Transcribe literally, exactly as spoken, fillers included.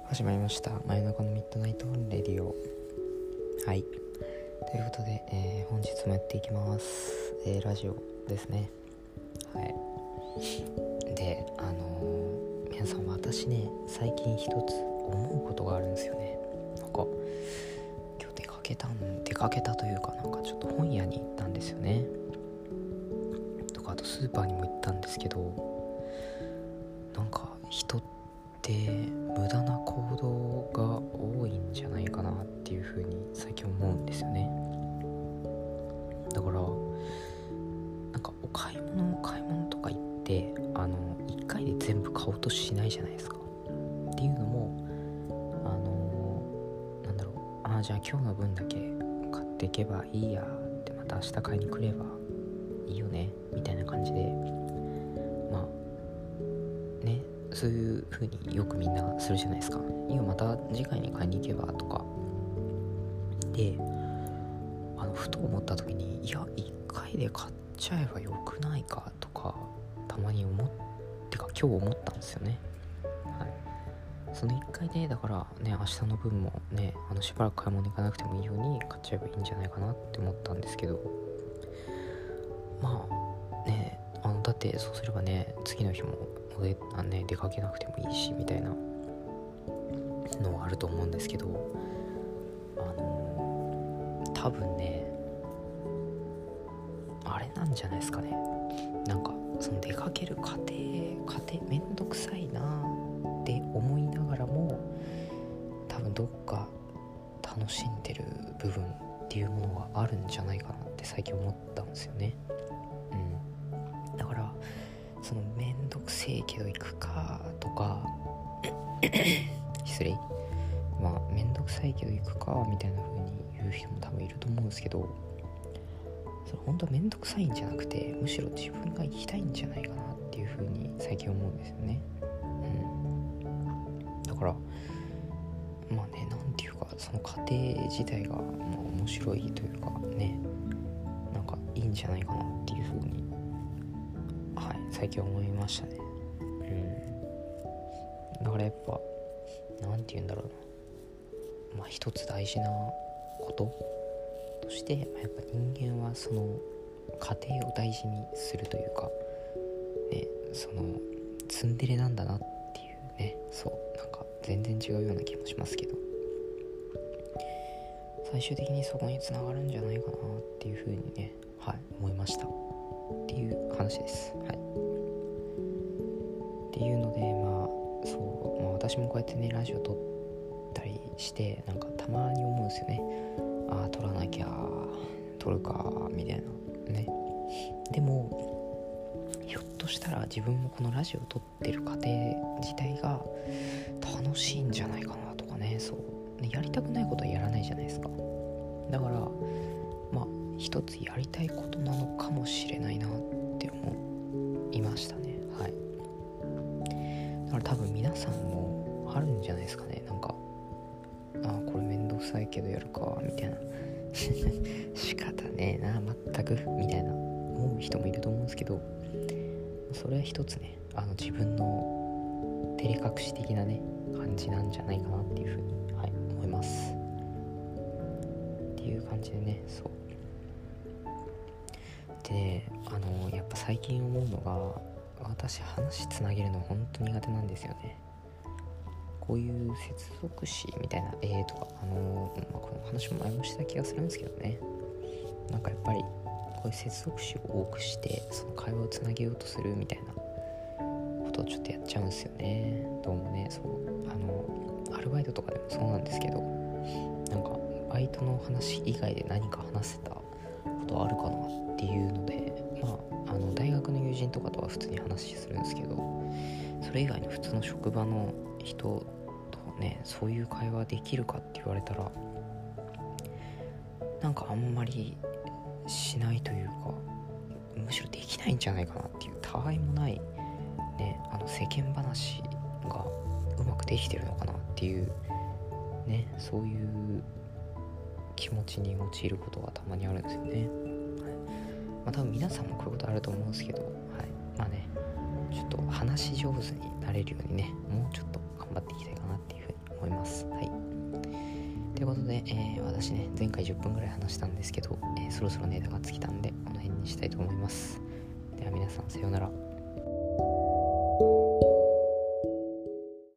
始まりました真夜中のミッドナイトレディオ。はい、ということで、えー、本日もやっていきます、えー、ラジオですね。はいであのー、皆さん、私ね最近一つ思うことがあるんですよね。なんか今日出かけたん出かけたというかなんかちょっと本屋に行ったんですよね。とかあとスーパーにも行ったんですけど、なんか人って無駄な行動が多いんじゃないかなっていう風に最近思うんですよね。だからなんかお買い物買い物とか行ってあのいっかいで全部買おうとしないじゃないですか。っていうのもあのなんだろうあじゃあ今日の分だけ買っていけばいいやってまた明日買いに来ればいいよねみたいな感じでまあねそういう風によくみんなするじゃないですか。いやまた次回に買いに行けばとかで、あのふと思った時にいやいっかいで買っちゃえばよくないかとかたまに思ってか今日思ったんですよね。はい、そのいっかいでだからね明日の分もねあのしばらく買い物行かなくてもいいように買っちゃえばいいんじゃないかなって思ったんですけど、まあねあのだってそうすればね次の日もであ、ね、出かけなくてもいいしみたいなのはあると思うんですけど、あのー、多分ねあれなんじゃないですかね。なんかその出かける過程過程めんどくさいなって思いながらも多分どっか楽しんでる部分っていうものがあるんじゃないかなって最近思ったんですよね。うん、だからそのめんどくせえけど行くかとか失礼まあめんどくさいけど行くかみたいな風に言う人も多分いると思うんですけど、それ本当はめんどくさいんじゃなくてむしろ自分が行きたいんじゃないかなっていう風に最近思うんですよね。うん、だからまあねなんていうかその過程自体がまあ面白いというかねなんかいいんじゃないかなっていう風にはい最近思いましたね。うん、だからやっぱなんて言うんだろうなまあ一つ大事なこととして、まあ、やっぱ人間はその過程を大事にするというかねそのツンデレなんだなっていうねそうなんか全然違うような気もしますけど最終的にそこに繋がるんじゃないかなっていうふうにねはい思いましたっていう話です。はいっていうのでまあそう、まあ、私もこうやってねラジオ撮ったりしてなんかたまに思うんですよね。ああ撮らなきゃ撮るかみたいなね。でもひょっとしたら自分もこのラジオ撮ってる過程自体が楽しいんじゃないかなとかねそうねやりたくないことはやらないじゃないですか。だからまあ一つやりたいことなのかもしれないなって思いましたね。はいだから多分皆さんもあるんじゃないですかね。なんかあこれめんどくさいけどやるかみたいな仕方ねえな全くみたいな思う人もいると思うんですけど、それは一つねあの自分の照れ隠し的なね感じなんじゃないかなっていうふうに、はい、思いますっていう感じでねそうでねあのやっぱ最近思うのが私話つなげるの本当苦手なんですよね。こういう接続詞みたいなえーとかあのーまあ、この話も前もした気がするんですけどねなんかやっぱりこういう接続詞を多くしてその会話をつなげようとするみたいなことをちょっとやっちゃうんですよね。どうもねそうあのアルバイトとかでもそうなんですけどなんかバイトの話以外で何か話せたことあるかなっていうのでまああの大学の友人とかとは普通に話するんですけどそれ以外の普通の職場の人とねそういう会話できるかって言われたらなんかあんまりしないというかむしろできないんじゃないかなっていうたわいもないねあの世間話がうまくできてるのかなっていうねそういう気持ちに陥ることがたまにあるんですよね。はいまあ多分皆さんもこういうことあると思うんですけど、はい、まあねちょっと話し上手になれるようにねもうちょっと頑張っていきたいかなっていうふうに思います。はい。ということで、えー、私ね前回じゅっぷんぐらい話したんですけど、えー、そろそろネタが尽きたんでこの辺にしたいと思います。では皆さんさようなら。